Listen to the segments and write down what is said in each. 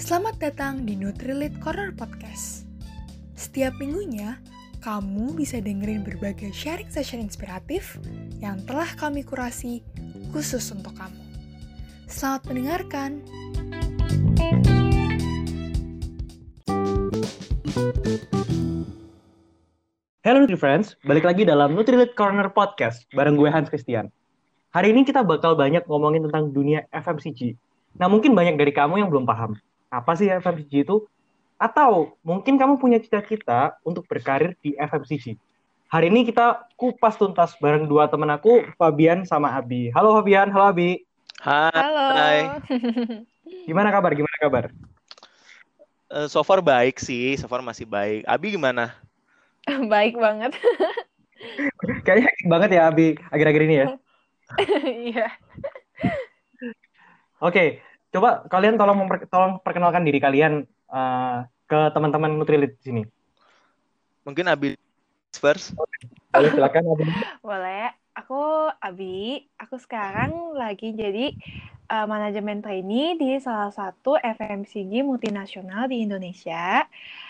Selamat datang di Nutrilit Corner Podcast. Setiap minggunya, kamu bisa dengerin berbagai sharing session inspiratif yang telah kami kurasi khusus untuk kamu. Selamat mendengarkan. Hello Nutri-Friends, balik lagi dalam Nutrilit Corner Podcast bareng gue Hans Christian. Hari ini kita bakal banyak ngomongin tentang dunia FMCG. Nah, mungkin banyak dari kamu yang belum paham. Apa sih FMCG itu? Atau mungkin kamu punya cita-cita untuk berkarir di FMCG. Hari ini kita kupas tuntas bareng dua teman aku, Fabian sama Abi. Halo Fabian, halo Abi. Halo. Gimana kabar? Gimana kabar? So far baik sih, so far masih baik. Abi gimana? Baik banget. Kayaknya aktif banget ya Abi akhir-akhir ini ya. Iya. Oke, coba kalian tolong perkenalkan diri kalian ke teman-teman Nutrilit di sini. Mungkin Abi first. Boleh silakan Abi. Boleh, aku Abi. Aku sekarang lagi jadi manajemen trainee di salah satu FMCG multinasional di Indonesia.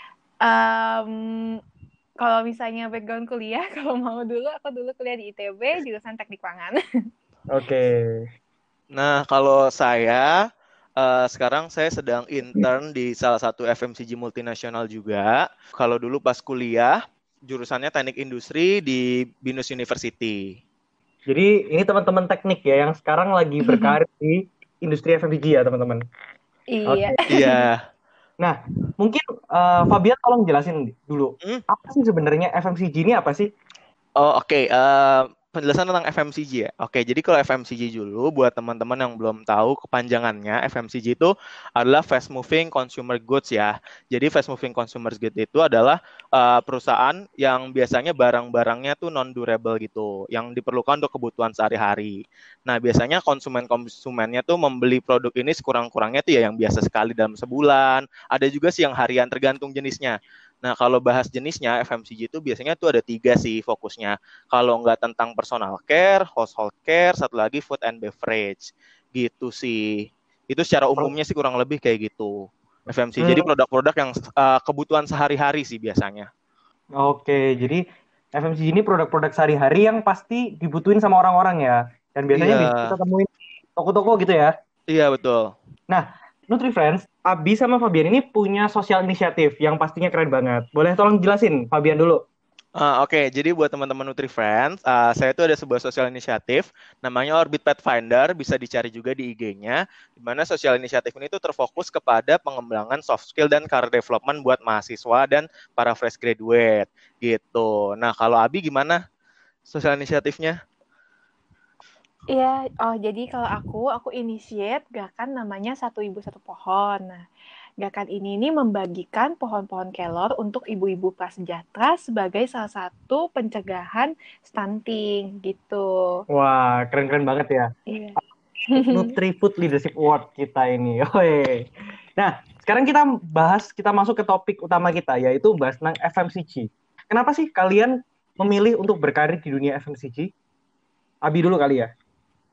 Kalau misalnya background kuliah, kalau mau dulu, aku dulu kuliah di ITB, jurusan Teknik Pangan. Oke. Nah, kalau saya sekarang saya sedang intern di salah satu FMCG multinasional juga. Kalau dulu pas kuliah, jurusannya Teknik Industri di BINUS University. Jadi ini teman-teman teknik ya yang sekarang lagi berkarir di industri FMCG ya teman-teman. Iya. Iya. Nah, mungkin Fabian tolong jelasin dulu. Apa sih sebenarnya FMCG ini apa sih? Oke. Penjelasan tentang FMCG ya. Oke, jadi kalau FMCG dulu buat teman-teman yang belum tahu kepanjangannya, FMCG itu adalah Fast Moving Consumer Goods ya. Jadi Fast Moving Consumer Goods itu adalah perusahaan yang biasanya barang-barangnya tuh non-durable gitu, yang diperlukan untuk kebutuhan sehari-hari. Nah, biasanya konsumennya tuh membeli produk ini sekurang-kurangnya tuh ya yang biasa sekali dalam sebulan. Ada juga sih yang harian tergantung jenisnya. Nah, kalau bahas jenisnya, FMCG itu biasanya tuh ada 3 sih fokusnya. Kalau nggak tentang personal care, household care, satu lagi food and beverage. Gitu sih. Itu secara umumnya sih kurang lebih kayak gitu. FMCG. Jadi produk-produk yang kebutuhan sehari-hari sih biasanya. Oke, jadi FMCG ini produk-produk sehari-hari yang pasti dibutuhin sama orang-orang ya. Dan biasanya bisa kita temuin di toko-toko gitu ya. Iya, betul. Nah, Nutri-Friends, Abi sama Fabian ini punya sosial inisiatif yang pastinya keren banget. Boleh tolong jelasin, Fabian dulu. Oke, jadi buat teman-teman Nutri-Friends, saya tuh ada sebuah sosial inisiatif, namanya Orbit Pathfinder, bisa dicari juga di IG-nya, di mana sosial inisiatif ini tuh terfokus kepada pengembangan soft skill dan career development buat mahasiswa dan para fresh graduate, gitu. Nah, kalau Abi gimana sosial inisiatifnya? Iya, jadi kalau aku initiate gerakan namanya Satu Ibu Satu Pohon. Nah, gerakan ini membagikan pohon-pohon kelor untuk ibu-ibu prasejahtera sebagai salah satu pencegahan stunting gitu. Wah, keren-keren banget ya. Iya. Nutri-Food Leadership Award kita ini. Nah, sekarang kita masuk ke topik utama kita, yaitu bahas tentang FMCG. Kenapa sih kalian memilih untuk berkarir di dunia FMCG? Abi dulu kali ya.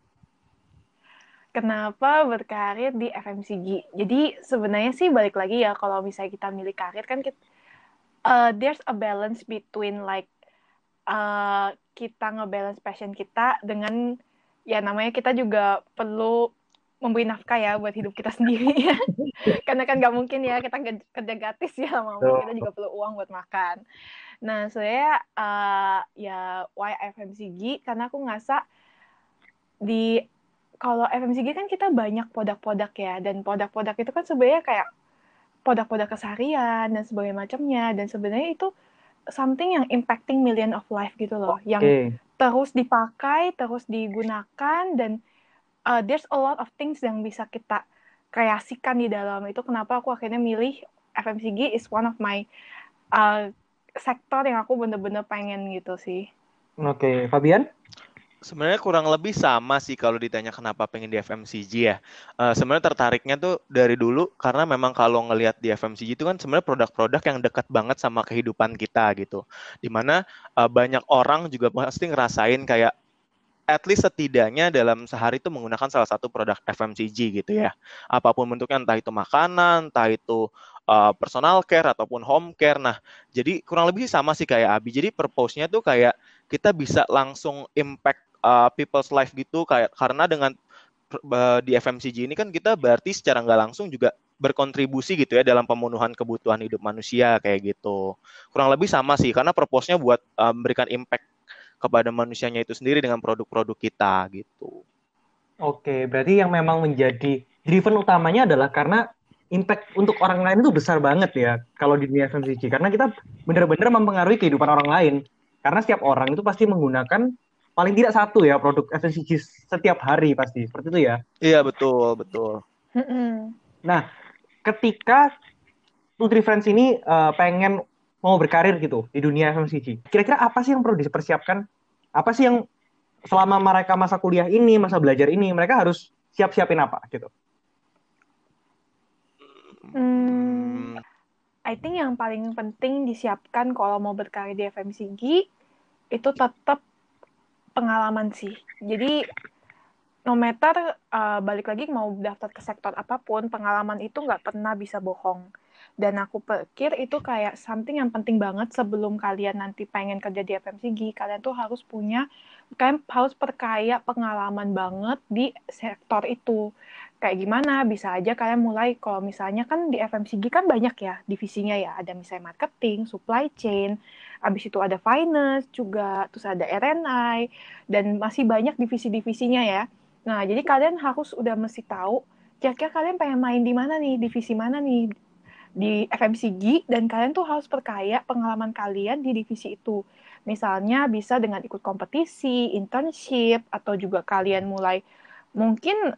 Kenapa berkarir di FMCG? Jadi sebenarnya sih balik lagi ya, kalau misalnya kita milih karir kan there's a balance between like kita ngebalance passion kita dengan ya namanya kita juga perlu memberi nafkah ya buat hidup kita sendiri ya. Karena kan nggak mungkin ya kita kerja gratis ya lama-lama, kita juga perlu uang buat makan. Nah sebenarnya ya why FMCG, karena aku ngerasa kalau FMCG kan kita banyak produk-produk ya, dan produk-produk itu kan sebenarnya kayak produk-produk keseharian dan sebagainya macamnya, dan sebenarnya itu something yang impacting million of life gitu loh, yang terus dipakai, terus digunakan, dan there's a lot of things yang bisa kita kreasikan di dalam itu. Kenapa aku akhirnya milih FMCG is one of my sektor yang aku bener-bener pengen gitu sih. Oke, Fabian? Sebenarnya kurang lebih sama sih kalau ditanya kenapa pengen di FMCG ya. Sebenarnya tertariknya tuh dari dulu karena memang kalau ngelihat di FMCG itu kan sebenarnya produk-produk yang dekat banget sama kehidupan kita gitu. Dimana banyak orang juga pasti ngerasain kayak at least setidaknya dalam sehari itu menggunakan salah satu produk FMCG gitu ya. Apapun bentuknya, entah itu makanan, entah itu personal care ataupun home care. Nah, jadi kurang lebih sama sih kayak Abi. Jadi purpose-nya tuh kayak kita bisa langsung impact people's life gitu, kayak karena dengan di FMCG ini kan kita berarti secara nggak langsung juga berkontribusi gitu ya dalam pemenuhan kebutuhan hidup manusia kayak gitu. Kurang lebih sama sih, karena purpose-nya buat memberikan impact kepada manusianya itu sendiri dengan produk-produk kita gitu. Oke, berarti yang memang menjadi driven utamanya adalah karena impact untuk orang lain itu besar banget ya kalau di dunia FMCG. Karena kita benar-benar mempengaruhi kehidupan orang lain. Karena setiap orang itu pasti menggunakan paling tidak satu ya produk FMCG setiap hari pasti. Seperti itu ya. Iya, betul, betul. Nah, ketika NutriFriends ini pengen mau berkarir gitu di dunia FMCG, kira-kira apa sih yang perlu dipersiapkan? Apa sih yang selama mereka masa kuliah ini, masa belajar ini, mereka harus siap-siapin apa gitu? I think yang paling penting disiapkan kalau mau berkarir di FMCG itu tetap pengalaman sih. Jadi no matter balik lagi mau daftar ke sektor apapun, pengalaman itu nggak pernah bisa bohong. Dan aku pikir itu kayak something yang penting banget sebelum kalian nanti pengen kerja di FMCG. Kalian tuh harus perkaya pengalaman banget di sektor itu. Kayak gimana, bisa aja kalian mulai, kalau misalnya kan di FMCG kan banyak ya divisinya ya. Ada misalnya marketing, supply chain, habis itu ada finance juga, terus ada R&I, dan masih banyak divisi-divisinya ya. Nah, jadi kalian harus udah mesti tahu, kira-kira kalian pengen main di mana nih, divisi mana nih, di FMCG, dan kalian tuh harus perkaya pengalaman kalian di divisi itu. Misalnya bisa dengan ikut kompetisi, internship, atau juga kalian mulai mungkin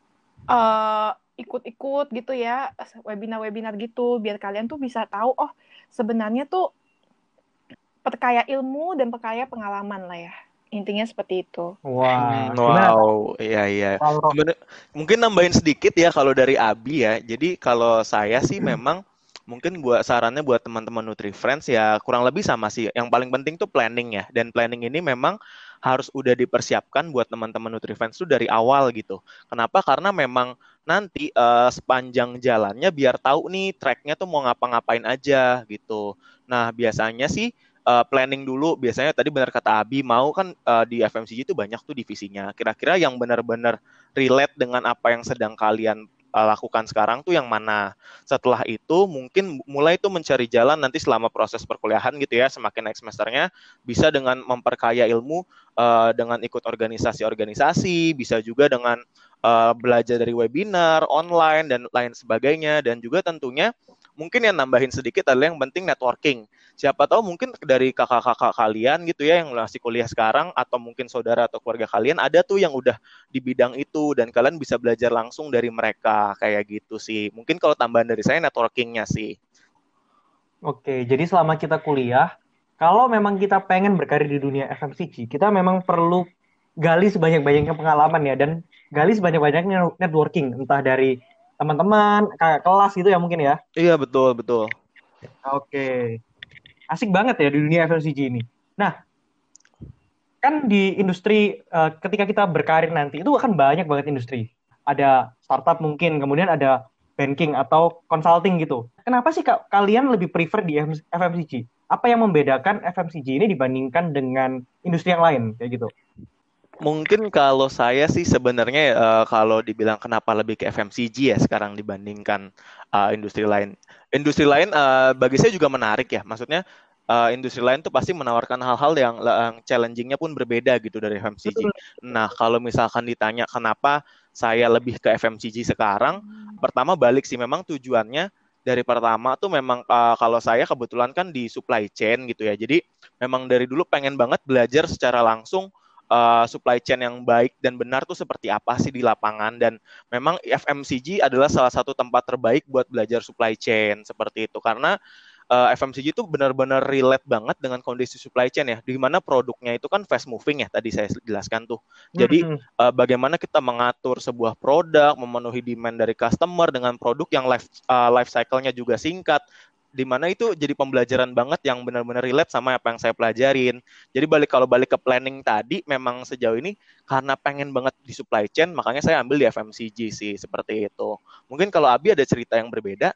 ikut-ikut gitu ya, webinar-webinar gitu, biar kalian tuh bisa tahu, oh sebenarnya tuh perkaya ilmu dan perkaya pengalaman lah ya. Intinya seperti itu. Wah, Wow, iya. Wow. Mungkin nambahin sedikit ya kalau dari Abi ya. Jadi kalau saya sih memang mungkin sarannya buat teman-teman NutriFriends ya kurang lebih sama sih. Yang paling penting tuh planning ya. Dan planning ini memang harus udah dipersiapkan buat teman-teman NutriFriends tuh dari awal gitu. Kenapa? Karena memang nanti sepanjang jalannya biar tahu nih tracknya tuh mau ngapa-ngapain aja gitu. Nah, biasanya sih planning dulu. Biasanya tadi benar kata Abi, mau kan di FMCG itu banyak tuh divisinya. Kira-kira yang benar-benar relate dengan apa yang sedang kalian lakukan sekarang tuh yang mana. Setelah itu mungkin mulai tuh mencari jalan nanti selama proses perkuliahan gitu ya, semakin naik semesternya bisa dengan memperkaya ilmu dengan ikut organisasi-organisasi, bisa juga dengan belajar dari webinar, online dan lain sebagainya, dan juga tentunya mungkin yang nambahin sedikit adalah yang penting networking. Siapa tahu mungkin dari kakak-kakak kalian gitu ya yang masih kuliah sekarang, atau mungkin saudara atau keluarga kalian ada tuh yang udah di bidang itu dan kalian bisa belajar langsung dari mereka kayak gitu sih. Mungkin kalau tambahan dari saya networking-nya sih. Oke, jadi selama kita kuliah, kalau memang kita pengen berkarir di dunia FMCG, kita memang perlu gali sebanyak-banyaknya pengalaman ya, dan gali sebanyak-banyaknya networking, entah dari teman-teman, kayak kelas gitu ya mungkin ya. Iya, betul. Oke, asik banget ya di dunia FMCG ini. Nah, kan di industri, ketika kita berkarir nanti, itu akan banyak banget industri. Ada startup mungkin, kemudian ada banking atau consulting gitu. Kenapa sih kalian lebih prefer di FMCG? Apa yang membedakan FMCG ini dibandingkan dengan industri yang lain kayak gitu? Mungkin kalau saya sih sebenarnya kalau dibilang kenapa lebih ke FMCG ya sekarang dibandingkan industri lain. Industri lain bagi saya juga menarik ya. Maksudnya industri lain tuh pasti menawarkan hal-hal yang challenging-nya pun berbeda gitu dari FMCG. Nah, kalau misalkan ditanya kenapa saya lebih ke FMCG sekarang, pertama balik sih memang tujuannya dari pertama tuh memang kalau saya kebetulan kan di supply chain gitu ya. Jadi memang dari dulu pengen banget belajar secara langsung supply chain yang baik dan benar tuh seperti apa sih di lapangan, dan memang FMCG adalah salah satu tempat terbaik buat belajar supply chain seperti itu karena FMCG itu benar-benar relate banget dengan kondisi supply chain ya, di mana produknya itu kan fast moving ya tadi saya jelaskan tuh. Jadi bagaimana kita mengatur sebuah produk, memenuhi demand dari customer dengan produk yang life cycle-nya juga singkat. di mana itu jadi pembelajaran banget yang benar-benar relate sama apa yang saya pelajarin. Jadi kalau balik ke planning tadi, memang sejauh ini karena pengen banget di supply chain, makanya saya ambil di FMCG sih, seperti itu. Mungkin kalau Abi ada cerita yang berbeda.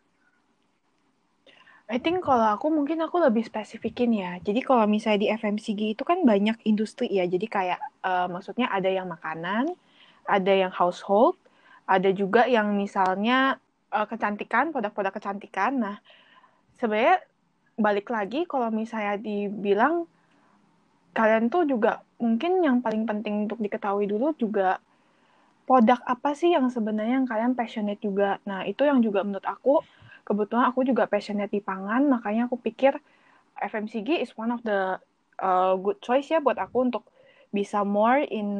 I think kalau mungkin aku lebih spesifikin ya. Jadi kalau misalnya di FMCG itu kan banyak industri ya. Jadi kayak maksudnya ada yang makanan, ada yang household, ada juga yang misalnya kecantikan, produk-produk kecantikan. Nah, sebenarnya balik lagi kalau misalnya dibilang kalian tuh juga mungkin yang paling penting untuk diketahui dulu juga produk apa sih yang sebenarnya yang kalian passionate juga. Nah, itu yang juga menurut aku, kebetulan aku juga passionate di pangan, makanya aku pikir FMCG is one of the good choice ya buat aku untuk bisa more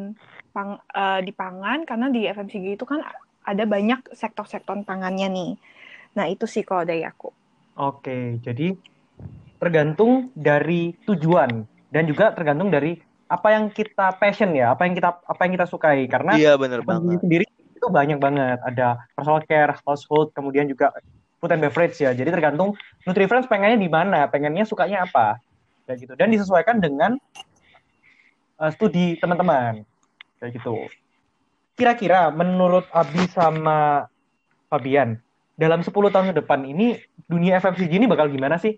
di pangan, karena di FMCG itu kan ada banyak sektor-sektor pangannya nih. Nah, itu sih kalau dari aku. Oke, jadi tergantung dari tujuan dan juga tergantung dari apa yang kita passion ya, apa yang kita sukai. Karena Iya, bener FMCG banget. sendiri itu banyak banget. Ada personal care, household, kemudian juga food and beverage ya. Jadi tergantung Nutrifriends pengennya di mana, pengennya sukanya apa, kayak gitu. Dan disesuaikan dengan studi teman-teman, kayak gitu. Kira-kira menurut Abi sama Fabian, dalam 10 tahun ke depan ini dunia FMCG ini bakal gimana sih?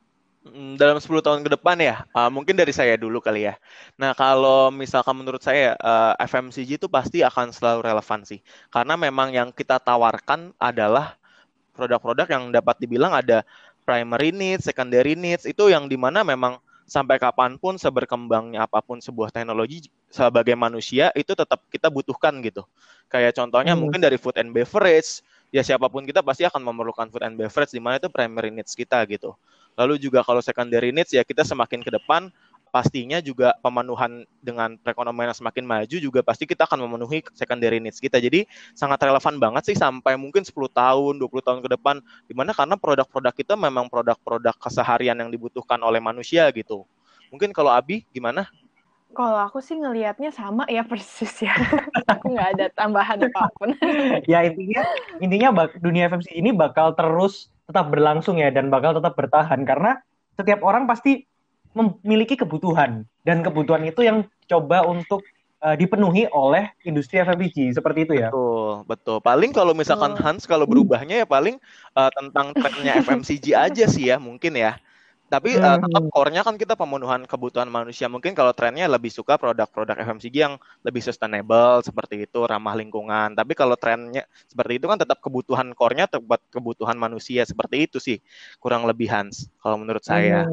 Dalam 10 tahun ke depan ya, mungkin dari saya dulu kali ya. Nah, kalau misalkan menurut saya, FMCG itu pasti akan selalu relevan sih. Karena memang yang kita tawarkan adalah produk-produk yang dapat dibilang ada primary needs, secondary needs, itu yang dimana memang sampai kapanpun, seberkembangnya apapun sebuah teknologi, sebagai manusia, itu tetap kita butuhkan gitu. Kayak contohnya mungkin dari food and beverage, ya siapapun kita pasti akan memerlukan food and beverage, di mana itu primary needs kita gitu. Lalu juga kalau secondary needs, ya kita semakin ke depan, pastinya juga pemenuhan dengan perekonomian yang semakin maju juga pasti kita akan memenuhi secondary needs kita. Jadi sangat relevan banget sih sampai mungkin 10 tahun, 20 tahun ke depan, dimana karena produk-produk kita memang produk-produk keseharian yang dibutuhkan oleh manusia gitu. Mungkin kalau Abi gimana? Kalau aku sih ngelihatnya sama ya persis ya. Aku nggak ada tambahan apapun. Ya intinya dunia FMCG ini bakal terus tetap berlangsung ya dan bakal tetap bertahan karena setiap orang pasti memiliki kebutuhan dan kebutuhan itu yang coba untuk dipenuhi oleh industri FMCG seperti itu ya. Betul, betul. Paling kalau misalkan Hans kalau berubahnya ya paling tentang trennya FMCG aja sih ya mungkin ya. Tapi tetap core-nya kan kita pemenuhan kebutuhan manusia. Mungkin kalau trennya lebih suka produk-produk FMCG yang lebih sustainable seperti itu, ramah lingkungan. Tapi kalau trennya seperti itu kan tetap kebutuhan core-nya tetap kebutuhan manusia seperti itu sih. Kurang lebih Hans kalau menurut saya.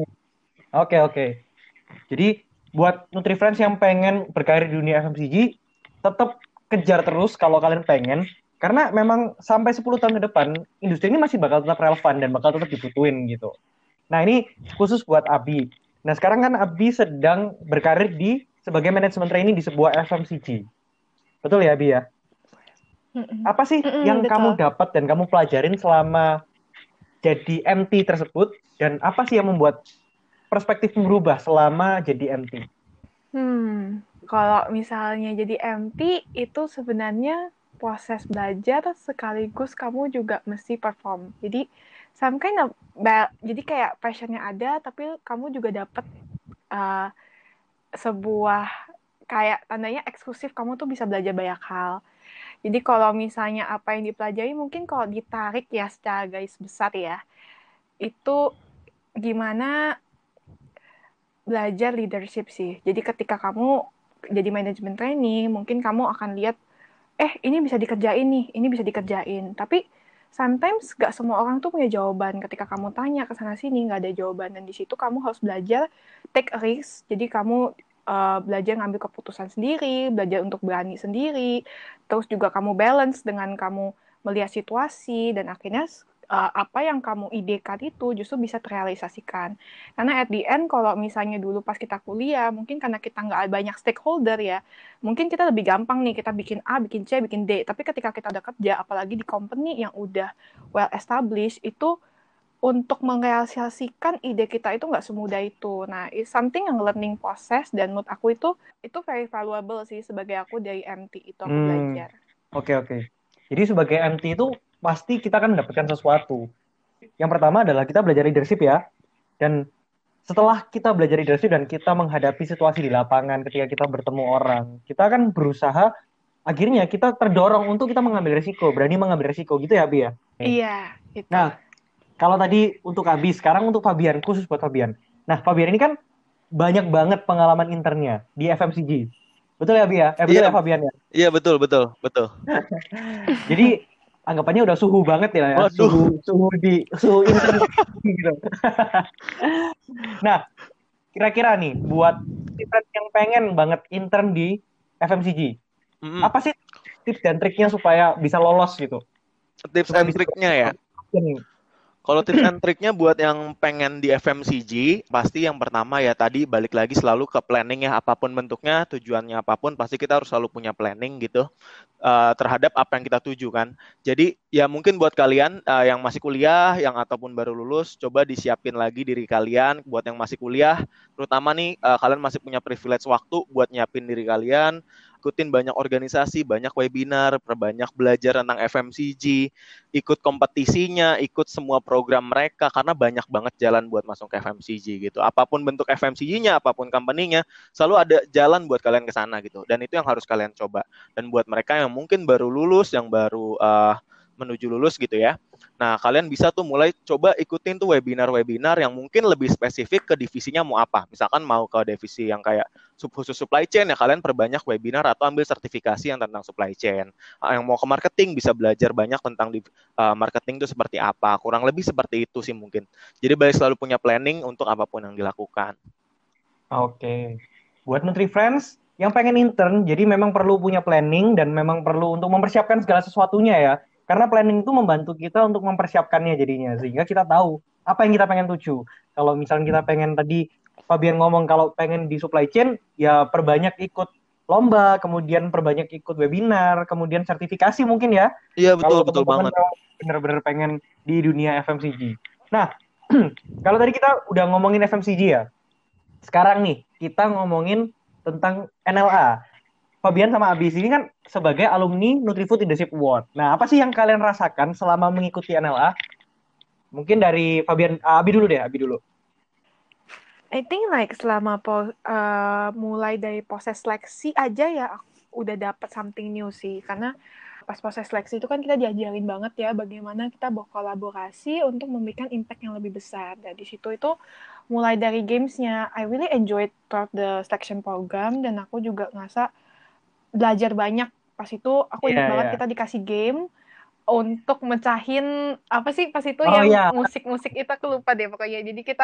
Oke. Jadi buat Nutrifriends yang pengen berkarir di dunia FMCG tetap kejar terus kalau kalian pengen karena memang sampai 10 tahun ke depan industri ini masih bakal tetap relevan dan bakal tetap dibutuhin gitu. Nah, ini khusus buat Abi. Nah, sekarang kan Abi sedang berkarir sebagai manajemen trainee di sebuah FMCG. Betul ya, Abi ya? Apa sih yang Betul. kamu dapat dan kamu pelajarin selama jadi MT tersebut? Dan apa sih yang membuat perspektif berubah selama jadi MT? Kalau misalnya jadi MT itu sebenarnya proses belajar sekaligus kamu juga mesti perform. Jadi some kind of jadi kayak passionnya ada, tapi kamu juga dapat sebuah kayak tandanya eksklusif, kamu tuh bisa belajar banyak hal. Jadi kalau misalnya apa yang dipelajari mungkin kalau ditarik ya secara garis besar ya, itu gimana belajar leadership sih. Jadi ketika kamu jadi manajemen training, mungkin kamu akan lihat, ini bisa dikerjain nih, ini bisa dikerjain. Tapi sometimes gak semua orang tuh punya jawaban. Ketika kamu tanya ke sana sini, gak ada jawaban. Dan di situ kamu harus belajar take a risk. Jadi kamu belajar ngambil keputusan sendiri, belajar untuk berani sendiri. Terus juga kamu balance dengan kamu melihat situasi, dan akhirnya apa yang kamu idekan itu justru bisa terrealisasikan. Karena at the end, kalau misalnya dulu pas kita kuliah, mungkin karena kita nggak banyak stakeholder ya, mungkin kita lebih gampang nih, kita bikin A, bikin C, bikin D. Tapi ketika kita udah kerja, apalagi di company yang udah well established, itu untuk merealisasikan ide kita itu nggak semudah itu. Nah, it's something yang learning process, dan menurut aku itu very valuable sih sebagai aku dari MT itu aku belajar. Oke. Jadi sebagai MT itu pasti kita akan mendapatkan sesuatu. Yang pertama adalah kita belajar leadership ya. Dan setelah kita belajar leadership dan kita menghadapi situasi di lapangan ketika kita bertemu orang, kita akan berusaha, akhirnya kita terdorong untuk kita mengambil risiko, berani mengambil risiko gitu ya, Abi ya. Iya, gitu. Nah, kalau tadi untuk Abi, sekarang untuk Fabian, khusus buat Fabian. Nah, Fabian ini kan banyak banget pengalaman internnya di FMCG. Betul ya, Abi ya? Betul Iya. ya, Fabian ya? Iya, betul. Jadi anggapannya udah suhu banget ya, Waduh. suhu intern gitu. Nah, kira-kira nih buat tips yang pengen banget intern di FMCG, apa sih tips dan triknya supaya bisa lolos gitu? Tips Supaya and bisa triknya ya. Kalau tips and triknya buat yang pengen di FMCG, pasti yang pertama ya tadi balik lagi selalu ke planning ya, apapun bentuknya, tujuannya apapun, pasti kita harus selalu punya planning gitu terhadap apa yang kita tuju kan. Jadi ya mungkin buat kalian yang masih kuliah, yang ataupun baru lulus, coba disiapin lagi diri kalian. Buat yang masih kuliah, terutama nih kalian masih punya privilege waktu buat nyiapin diri kalian, ikutin banyak organisasi, banyak webinar, perbanyak belajar tentang FMCG, ikut kompetisinya, ikut semua program mereka, karena banyak banget jalan buat masuk ke FMCG gitu. Apapun bentuk FMCG-nya, apapun company-nya, selalu ada jalan buat kalian ke sana gitu. Dan itu yang harus kalian coba. Dan buat mereka yang mungkin baru lulus, yang baru menuju lulus gitu ya. Nah, kalian bisa tuh mulai coba ikutin tuh webinar-webinar yang mungkin lebih spesifik ke divisinya mau apa. Misalkan mau ke divisi yang kayak khusus supply chain, ya kalian perbanyak webinar atau ambil sertifikasi yang tentang supply chain. Yang mau ke marketing bisa belajar banyak tentang marketing itu seperti apa. Kurang lebih seperti itu sih mungkin. Jadi baik selalu punya planning untuk apapun yang dilakukan. Oke. Buat Nutri Friends yang pengen intern, jadi memang perlu punya planning dan memang perlu untuk mempersiapkan segala sesuatunya ya. Karena planning itu membantu kita untuk mempersiapkannya jadinya, sehingga kita tahu apa yang kita pengen tuju. Kalau misalnya kita pengen tadi, Fabian ngomong kalau pengen di supply chain, ya perbanyak ikut lomba, kemudian perbanyak ikut webinar, kemudian sertifikasi mungkin ya. Iya, Kalau betul teman-teman banget. benar-benar pengen di dunia FMCG. Nah, kalau tadi kita udah ngomongin FMCG ya, sekarang nih kita ngomongin tentang NLA. Fabian sama Abis ini kan sebagai alumni Nutrifood Leadership Award. Nah, apa sih yang kalian rasakan selama mengikuti NLA? Mungkin dari Fabian, Abi dulu deh, Abi dulu. I think like selama mulai dari proses seleksi aja ya aku udah dapat something new sih, karena pas proses seleksi itu kan kita diajarin banget ya bagaimana kita berkolaborasi untuk memberikan impact yang lebih besar. Dan di situ itu mulai dari gamesnya, I really enjoyed throughout the selection program, dan aku juga ngerasa belajar banyak. Pas itu aku ingat banget kita dikasih game untuk mecahin apa sih pas itu musik-musik itu aku lupa deh pokoknya.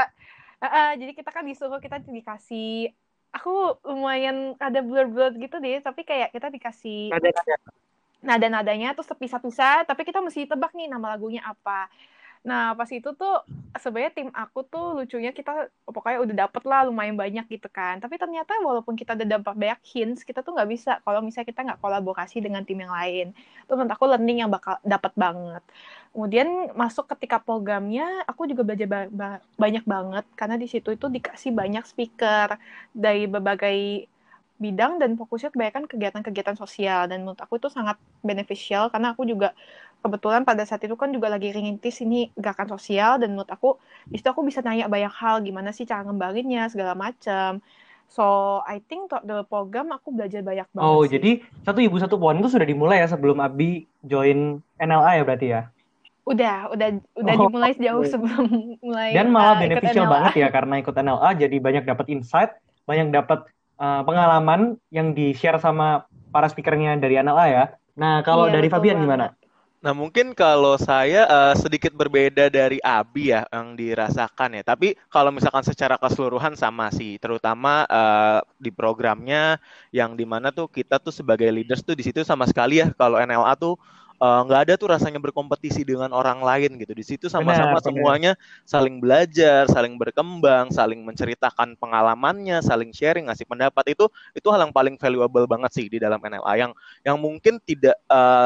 Jadi kita kan disuruh, kita dikasih, aku lumayan ada blur-blur gitu deh, tapi kayak kita dikasih nada-nadanya terus terpisah-pisah, tapi kita mesti tebak nih nama lagunya apa. Nah, pas itu tuh sebenarnya tim aku tuh lucunya kita pokoknya udah dapet lah lumayan banyak gitu kan. Tapi ternyata walaupun kita udah dapat banyak hints, kita tuh nggak bisa kalau misalnya kita nggak kolaborasi dengan tim yang lain. Itu menurut aku learning yang bakal dapat banget. Kemudian masuk ketika programnya, aku juga belajar banyak banget karena di situ itu dikasih banyak speaker dari berbagai bidang dan fokusnya kebanyakan kegiatan-kegiatan sosial, dan menurut aku itu sangat beneficial karena aku juga kebetulan pada saat itu kan juga lagi rintis ini gerakan sosial, dan menurut aku di situ aku bisa nanya banyak hal, gimana sih cara ngembanginnya segala macam. So I think the program aku belajar banyak banget sih. Jadi Satu Ibu Satu Pohon itu sudah dimulai ya sebelum Abi join NLA ya berarti ya? Udah dimulai jauh sebelum mulai. Dan malah beneficial banget ya karena ikut NLA, jadi banyak dapat insight, banyak dapat pengalaman yang di-share sama para speakernya dari NLA ya. Nah, kalau dari Fabian gimana? Nah, mungkin kalau saya sedikit berbeda dari Abi ya yang dirasakan ya. Tapi kalau misalkan secara keseluruhan sama sih, terutama di programnya yang dimana tuh kita tuh sebagai leaders tuh di situ sama sekali ya. Kalau NLA tuh nggak ada tuh rasanya berkompetisi dengan orang lain gitu. Di situ sama-sama semuanya saling belajar, saling berkembang, saling menceritakan pengalamannya, saling sharing, ngasih pendapat. Itu hal yang paling valuable banget sih di dalam NLA yang mungkin tidak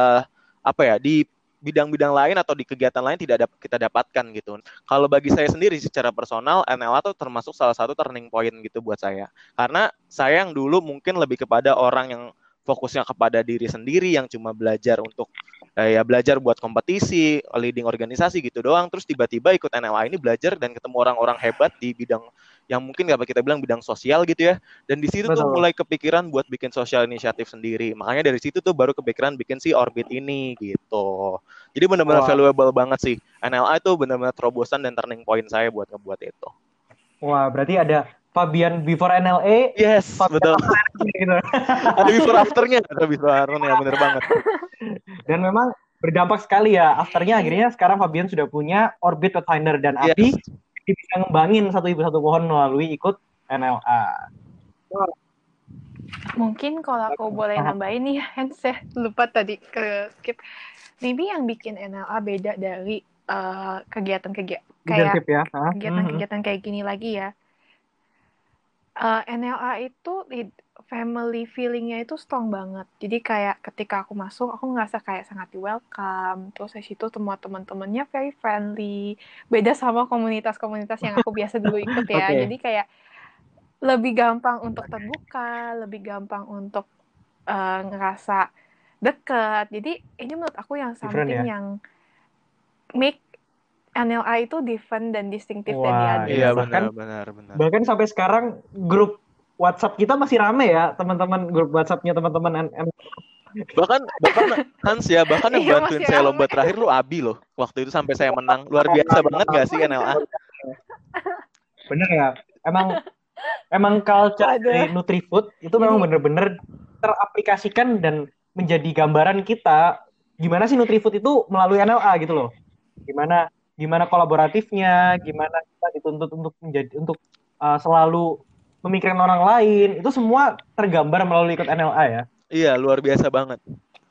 di bidang-bidang lain atau di kegiatan lain tidak kita dapatkan gitu. Kalau bagi saya sendiri secara personal, NLA tuh termasuk salah satu turning point gitu buat saya. Karena saya yang dulu mungkin lebih kepada orang yang fokusnya kepada diri sendiri, yang cuma belajar untuk ya belajar buat kompetisi, leading organisasi gitu doang. Terus tiba-tiba ikut NLA ini belajar dan ketemu orang-orang hebat di bidang yang mungkin apa kita bilang bidang sosial gitu ya. Dan di situ tuh Betul. mulai kepikiran buat bikin sosial inisiatif sendiri. Makanya dari situ tuh baru kepikiran bikin si Orbit ini gitu. Jadi benar-benar Wah. valuable banget sih. NLA itu benar-benar terobosan dan turning point saya buat ngebuat itu. Wah, berarti ada Fabian before NLA, Yes, Fabian betul. after NLA gitu. Ada before afternya, bener banget. Dan memang berdampak sekali ya. Afternya akhirnya sekarang Fabian sudah punya Orbit Pathfinder dan Abi Yes. bisa ngembangin satu ibu satu pohon melalui ikut NLA. Mungkin kalau aku boleh nambahin nih, Hans, saya lupa tadi ke skip. Maybe yang bikin NLA beda dari kegiatan-kegiatan kayak Leadership ya. kegiatan-kegiatan kayak gini lagi ya. NLA itu family feeling-nya itu strong banget. Jadi kayak ketika aku masuk, aku ngerasa kayak sangat di welcome. Terus di situ semua teman-temannya very friendly. Beda sama komunitas-komunitas yang aku biasa dulu ikut ya. Oke. Jadi kayak lebih gampang untuk terbuka, lebih gampang untuk ngerasa deket. Jadi ini menurut aku yang Different something ya? yang make NLA itu different dan distinctive Wah, dari iya, others. Iya, bahkan- benar. Bahkan sampai sekarang grup WhatsApp kita masih rame ya, teman-teman, grup WhatsApp-nya teman-teman NM. Bahkan Hans ya, bahkan yang Iya, bantuin masih saya rame. lomba terakhir lu Abi loh. Waktu itu sampai saya menang. Luar biasa banget gak sih NLA? Bener ya, emang culture Waduh. dari Nutrifood itu memang bener-bener teraplikasikan dan menjadi gambaran kita gimana sih Nutrifood itu melalui NLA gitu loh. Gimana kolaboratifnya, gimana kita dituntut untuk selalu memikirkan orang lain, itu semua tergambar melalui ikut NLA ya. Iya, luar biasa banget.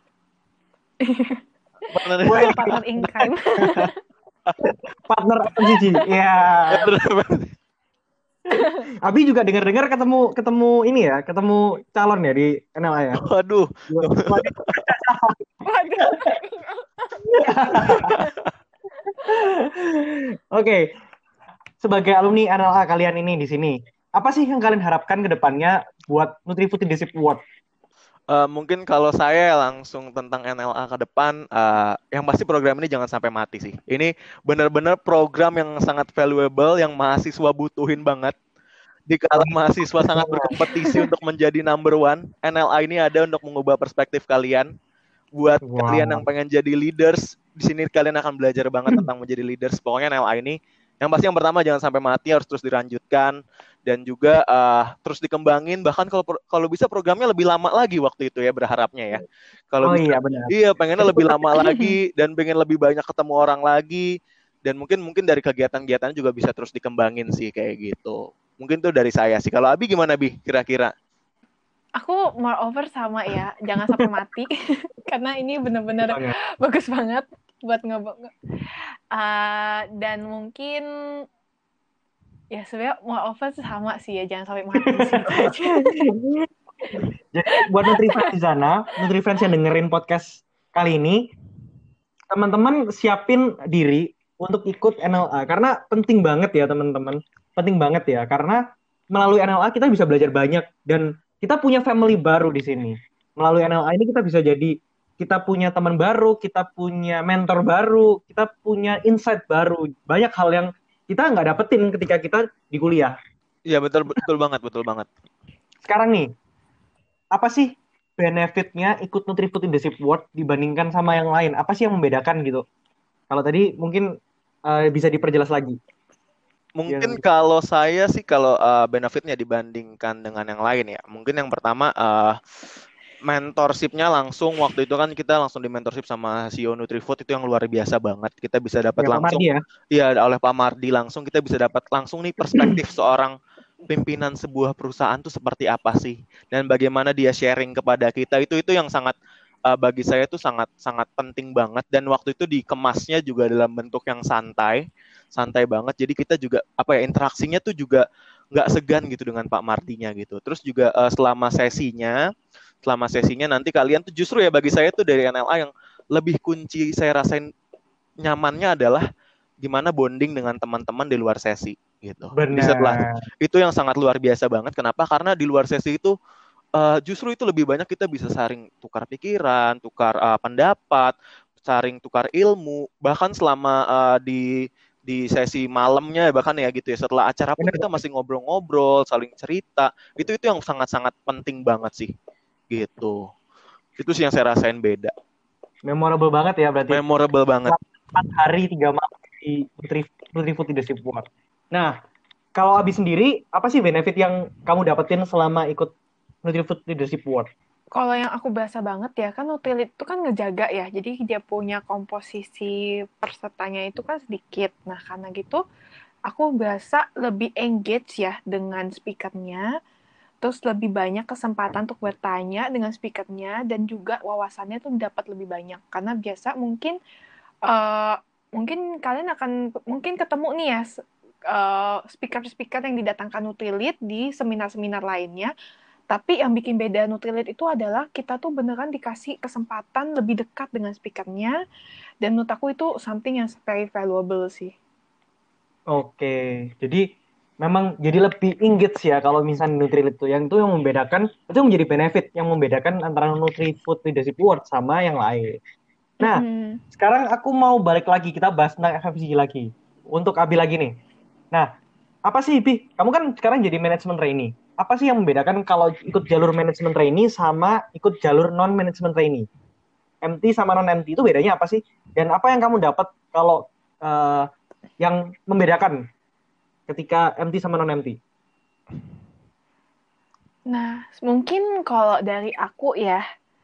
Partner in crime. Partner FMCG. Iya. Abi juga dengar-dengar ketemu ini ya, ketemu calon ya di NLA ya. Waduh. Waduh. Oke. Sebagai alumni NLA kalian ini di sini, apa sih yang kalian harapkan ke depannya buat Nutrifood Leadership Award? Mungkin kalau saya langsung tentang NLA ke depan, yang pasti program ini jangan sampai mati sih. Ini benar-benar program yang sangat valuable, yang mahasiswa butuhin banget. Di kala mahasiswa sangat berkompetisi untuk menjadi number one, NLA ini ada untuk mengubah perspektif kalian. Buat kalian yang pengen jadi leaders, di sini kalian akan belajar banget tentang menjadi leaders. Pokoknya NLA ini, yang pasti yang pertama jangan sampai mati, harus terus dilanjutkan. Dan juga terus dikembangin, bahkan kalau bisa programnya lebih lama lagi waktu itu ya, berharapnya ya. Kalau bisa, iya benar. Iya, pengennya lebih lama lagi dan pengen lebih banyak ketemu orang lagi, dan mungkin dari kegiatan-kegiatan juga bisa terus dikembangin sih kayak gitu. Mungkin tuh dari saya sih. Kalau Abi gimana Bi? Kira-kira? Aku moreover sama ya, jangan sampai mati karena ini benar-benar bagus banget buat dan mungkin ya sebenarnya moreover sama sih ya, jangan sampai mati sih. Jadi buat Nutrifriends di sana, Nutrifriends yang dengerin podcast kali ini, teman-teman siapin diri untuk ikut NLA karena penting banget ya teman-teman. Penting banget ya karena melalui NLA kita bisa belajar banyak dan kita punya family baru di sini. Melalui NLA ini kita punya teman baru, kita punya mentor baru, kita punya insight baru. Banyak hal yang kita nggak dapetin ketika kita di kuliah. Iya betul banget. Sekarang nih, apa sih benefitnya ikut Nutrifood Leadership Award dibandingkan sama yang lain? Apa sih yang membedakan gitu? Kalau tadi mungkin bisa diperjelas lagi. Mungkin kalau saya sih benefitnya dibandingkan dengan yang lain ya. Mungkin yang pertama mentorshipnya langsung, waktu itu kan kita langsung di mentorship sama CEO Nutrifood, itu yang luar biasa banget. Kita bisa dapat langsung, oleh Pak Mardi langsung, kita bisa dapat langsung nih perspektif seorang pimpinan sebuah perusahaan tuh seperti apa sih, dan bagaimana dia sharing kepada kita. Itu yang sangat bagi saya tuh sangat penting banget. Dan waktu itu dikemasnya juga dalam bentuk yang santai banget. Jadi kita juga interaksinya tuh juga nggak segan gitu dengan Pak Mardinya gitu. Terus juga selama sesinya nanti kalian tuh justru ya bagi saya tuh dari NLA yang lebih kunci saya rasain nyamannya adalah gimana bonding dengan teman-teman di luar sesi gitu. Benar. Itu yang sangat luar biasa banget. Kenapa? Karena di luar sesi itu justru itu lebih banyak kita bisa saling tukar pikiran, tukar pendapat, saling tukar ilmu, bahkan selama di sesi malamnya bahkan ya gitu ya, setelah acara pun Bener. kita masih ngobrol-ngobrol, saling cerita. Itu yang sangat-sangat penting banget sih gitu. Itu sih yang saya rasain beda. Memorable banget ya berarti. Memorable banget. 4 hari 3 malam di Nutrifood Leadership Award. Nah, kalau Abi sendiri, apa sih benefit yang kamu dapetin selama ikut Nutrifood Leadership Award? Kalau yang aku berasa banget ya, kan Nutrilit itu kan ngejaga ya, jadi dia punya komposisi pesertanya itu kan sedikit. Nah, karena gitu, aku berasa lebih engage ya dengan speakernya, terus lebih banyak kesempatan untuk bertanya dengan speakernya, dan juga wawasannya tuh dapat lebih banyak. Karena biasa mungkin kalian akan mungkin ketemu nih ya speaker-speaker yang didatangkan Nutrilit di seminar-seminar lainnya. Tapi yang bikin beda Nutrilit itu adalah kita tuh beneran dikasih kesempatan lebih dekat dengan speakernya, dan menurut aku itu something yang very valuable sih. Oke, jadi memang jadi lebih engage ya kalau misalnya Nutrilit itu yang membedakan, itu menjadi benefit yang membedakan antara Nutrifood Leadership Award sama yang lain. Nah, sekarang aku mau balik lagi, kita bahas tentang FMCG lagi. Untuk Abi lagi nih. Nah, apa sih, Bi? Kamu kan sekarang jadi manajemen trainee. Apa sih yang membedakan kalau ikut jalur manajemen trainee sama ikut jalur non-manajemen trainee? MT sama non-MT itu bedanya apa sih? Dan apa yang kamu dapat kalau yang membedakan ketika MT sama non-MT? Nah, mungkin kalau dari aku ya,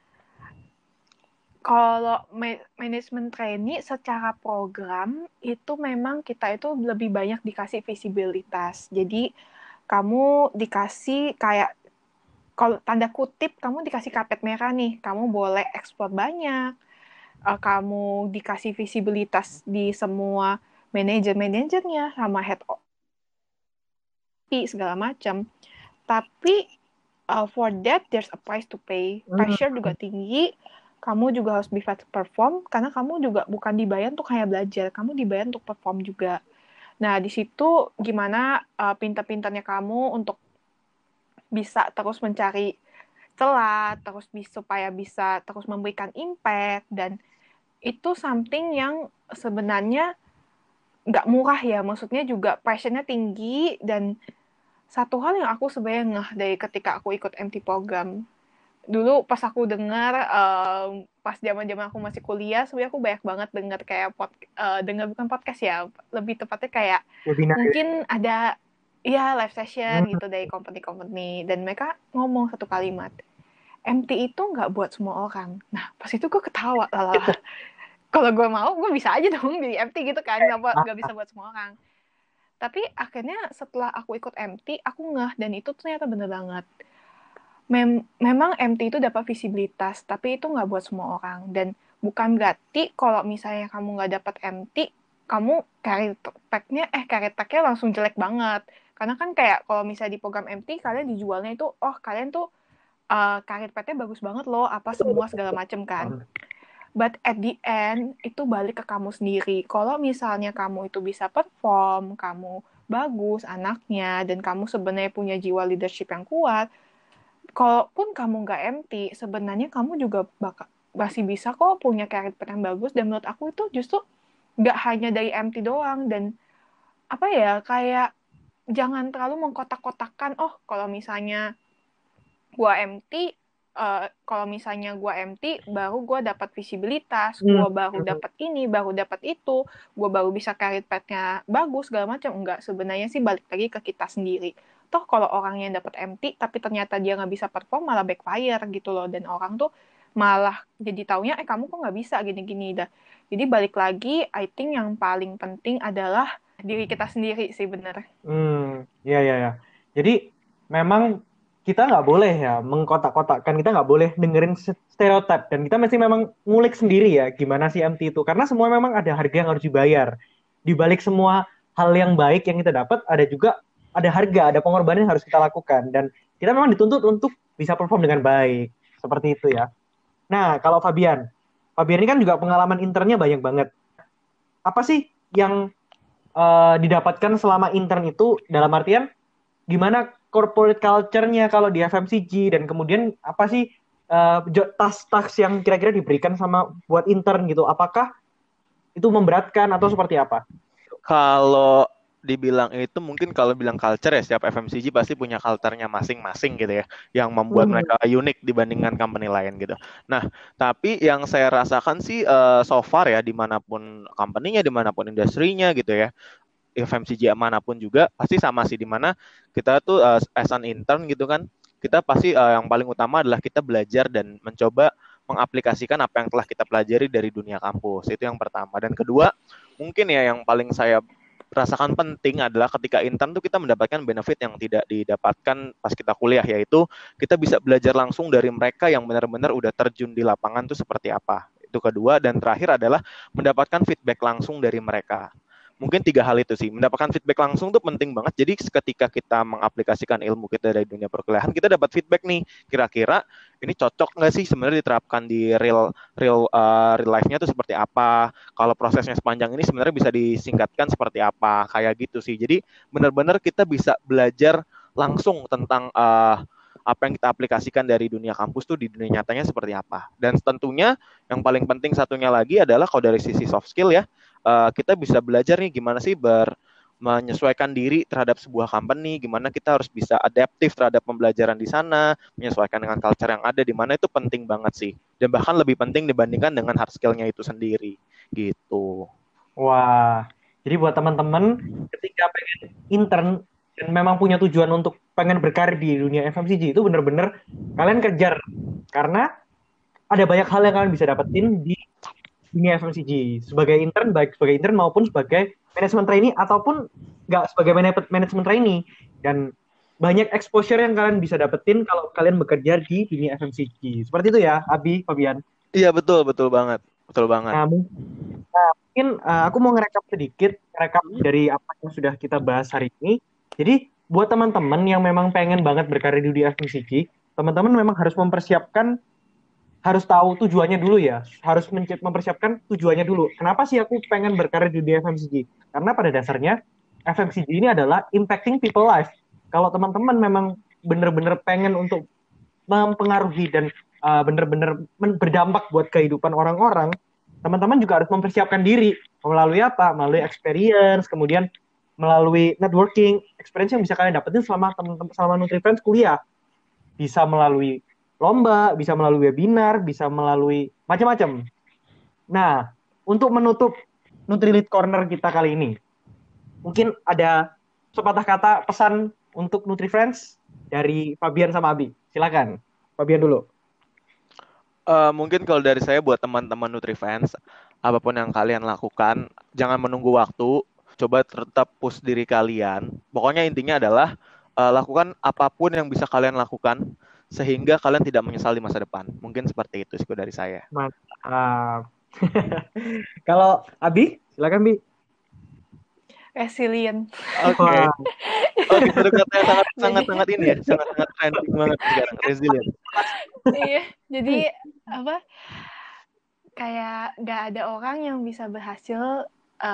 kalau manajemen trainee secara program itu memang kita itu lebih banyak dikasih visibilitas. Jadi kamu dikasih kayak, kalau tanda kutip kamu dikasih karpet merah nih, kamu boleh ekspor banyak, kamu dikasih visibilitas di semua manajer-manajernya sama head of segala macam. Tapi for that there's a price to pay. Pressure juga tinggi. Kamu juga harus bisa perform karena kamu juga bukan dibayar untuk hanya belajar, kamu dibayar untuk perform juga. Nah, di situ gimana pintar-pintarnya kamu untuk bisa terus mencari celah, terus supaya bisa terus memberikan impact, dan itu something yang sebenarnya nggak murah ya, maksudnya juga passionnya tinggi. Dan satu hal yang aku sebenarnya ngeh dari ketika aku ikut MT program, dulu pas aku dengar pas zaman-zaman aku masih kuliah, sebenarnya aku banyak banget dengar kayak dengar bukan podcast ya, lebih tepatnya kayak Webinar. mungkin ada ya live session gitu dari company-company, dan mereka ngomong satu kalimat, MT itu nggak buat semua orang. Nah, pas itu gue ketawa lah. Kalau gue mau, gue bisa aja dong di MT gitu kan, nggak bisa buat semua orang. Tapi akhirnya setelah aku ikut MT, aku ngeh, dan itu ternyata bener banget. Memang MT itu dapat visibilitas, tapi itu nggak buat semua orang. Dan bukan berarti kalau misalnya kamu nggak dapat MT, kamu career tag-nya langsung jelek banget. Karena kan kayak kalau misalnya di program MT, kalian dijualnya itu, oh kalian tuh career path-nya bagus banget loh, apa semua segala macem kan. But at the end, itu balik ke kamu sendiri. Kalau misalnya kamu itu bisa perform, kamu bagus anaknya, dan kamu sebenarnya punya jiwa leadership yang kuat, kalaupun kamu nggak MT, sebenarnya kamu juga masih bisa kok punya career path yang bagus. Dan menurut aku itu justru nggak hanya dari MT doang. Dan apa ya, kayak jangan terlalu mengkotak-kotakan, oh kalau misalnya gua MT, kalau misalnya gue MT, baru gue dapat visibilitas, gue baru dapat ini, baru dapat itu, gue baru bisa career path-nya bagus, segala macam. Enggak, sebenarnya sih balik lagi ke kita sendiri. Toh kalau orang yang dapat MT, tapi ternyata dia nggak bisa perform, malah backfire gitu loh. Dan orang tuh malah jadi taunya, kamu kok nggak bisa, gini-gini. Dah. Jadi balik lagi, I think yang paling penting adalah diri kita sendiri sih, bener. Ya. Jadi memang kita nggak boleh ya mengkotak-kotakkan, kita nggak boleh dengerin stereotip, dan kita mesti memang ngulik sendiri ya gimana sih MT itu, karena semua memang ada harga yang harus dibayar. Di balik semua hal yang baik yang kita dapat, ada harga, ada pengorbanan yang harus kita lakukan, dan kita memang dituntut untuk bisa perform dengan baik, seperti itu ya. Nah, kalau Fabian ini kan juga pengalaman internnya banyak banget. Apa sih yang didapatkan selama intern itu, dalam artian gimana corporate culture-nya kalau di FMCG, dan kemudian apa sih task-task yang kira-kira diberikan sama buat intern gitu, apakah itu memberatkan atau seperti apa? Kalau dibilang itu mungkin kalau bilang culture ya, setiap FMCG pasti punya culture-nya masing-masing gitu ya, yang membuat mereka unik dibandingkan company lain gitu. Nah, tapi yang saya rasakan sih so far ya, dimanapun company-nya, dimanapun industrinya gitu ya, FMCG manapun juga pasti sama sih, dimana kita tuh as an intern gitu kan, kita pasti yang paling utama adalah kita belajar dan mencoba mengaplikasikan apa yang telah kita pelajari dari dunia kampus. Itu yang pertama. Dan kedua, mungkin ya yang paling saya rasakan penting adalah ketika intern tuh kita mendapatkan benefit yang tidak didapatkan pas kita kuliah, yaitu kita bisa belajar langsung dari mereka yang benar-benar udah terjun di lapangan tuh seperti apa. Itu kedua, dan terakhir adalah mendapatkan feedback langsung dari mereka. Mungkin 3 hal itu sih. Mendapatkan feedback langsung tuh penting banget. Jadi ketika kita mengaplikasikan ilmu kita dari dunia perkuliahan, kita dapat feedback nih. Kira-kira ini cocok nggak sih sebenarnya diterapkan di real life-nya tuh seperti apa? Kalau prosesnya sepanjang ini sebenarnya bisa disingkatkan seperti apa? Kayak gitu sih. Jadi benar-benar kita bisa belajar langsung tentang apa yang kita aplikasikan dari dunia kampus tuh di dunia nyatanya seperti apa. Dan tentunya yang paling penting satunya lagi adalah kalau dari sisi soft skill ya, kita bisa belajar nih gimana sih menyesuaikan diri terhadap sebuah company, gimana kita harus bisa adaptif terhadap pembelajaran di sana, menyesuaikan dengan culture yang ada di mana, itu penting banget sih. Dan bahkan lebih penting dibandingkan dengan hard skill-nya itu sendiri. Gitu. Wah, jadi buat teman-teman ketika pengen intern dan memang punya tujuan untuk pengen berkarir di dunia FMCG, itu bener-bener kalian kejar, karena ada banyak hal yang kalian bisa dapetin di dunia FMCG sebagai intern, baik sebagai intern maupun sebagai manajemen trainee ataupun nggak sebagai manajemen trainee. Dan banyak exposure yang kalian bisa dapetin kalau kalian bekerja di dunia FMCG. Seperti itu ya, Abi, Fabian. Iya, betul banget. Betul banget. Nah, mungkin aku mau ngerekap sedikit, dari apa yang sudah kita bahas hari ini. Jadi, buat teman-teman yang memang pengen banget berkarir di dunia FMCG, teman-teman memang harus harus tahu tujuannya dulu ya. Harus mempersiapkan tujuannya dulu. Kenapa sih aku pengen berkarir di dunia FMCG? Karena pada dasarnya FMCG ini adalah impacting people life. Kalau teman-teman memang benar-benar pengen untuk mempengaruhi dan benar-benar berdampak buat kehidupan orang-orang, teman-teman juga harus mempersiapkan diri. Melalui apa? Melalui experience, kemudian melalui networking, experience yang bisa kalian dapetin selama NutriFriends kuliah. Bisa melalui lomba, bisa melalui webinar, bisa melalui macam-macam. Nah, untuk menutup NutriLead Corner kita kali ini, mungkin ada sepatah kata pesan untuk NutriFriends dari Fabian sama Abi. Silakan, Fabian dulu. Mungkin kalau dari saya buat teman-teman NutriFans, apapun yang kalian lakukan, jangan menunggu waktu, coba tetap push diri kalian. Pokoknya intinya adalah lakukan apapun yang bisa kalian lakukan sehingga kalian tidak menyesal di masa depan. Mungkin seperti itu sih dari saya. Mantap. Kalau Abi, silakan Bi. Resilient. Oke. Oke, kata sangat ini ya, sangat trending banget sekarang, resilient. Iya, jadi apa? Kayak gak ada orang yang bisa berhasil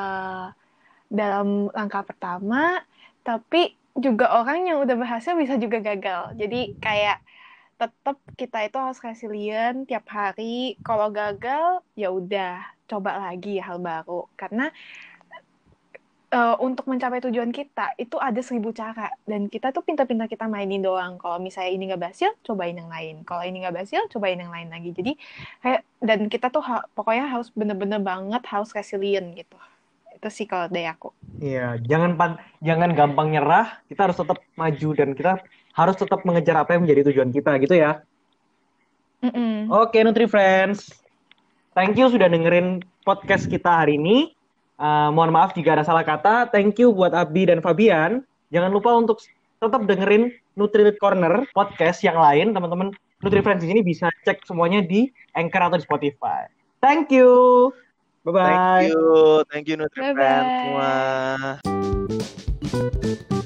dalam langkah pertama, tapi juga orang yang udah berhasil bisa juga gagal. Jadi kayak tetap kita itu harus resilient tiap hari. Kalau gagal, ya udah coba lagi hal baru. Karena untuk mencapai tujuan kita itu ada 1000 cara, dan kita tuh pintar-pintar kita mainin doang. Kalau misalnya ini nggak berhasil, cobain yang lain. Kalau ini nggak berhasil, cobain yang lain lagi. Jadi kayak, dan kita tuh pokoknya harus bener-bener banget harus resilient gitu. Itu sih kalau dari aku. Iya, jangan gampang nyerah. Kita harus tetap maju dan kita harus tetap mengejar apa yang menjadi tujuan kita gitu ya. Oke, NutriFriends, thank you sudah dengerin podcast kita hari ini. Mohon maaf jika ada salah kata. Thank you buat Abi dan Fabian. Jangan lupa untuk tetap dengerin NutriLead Corner podcast yang lain. Teman-teman NutriFriends di sini bisa cek semuanya di Anchor atau di Spotify. Thank you. Bye-bye. Thank you NutriFriends semua.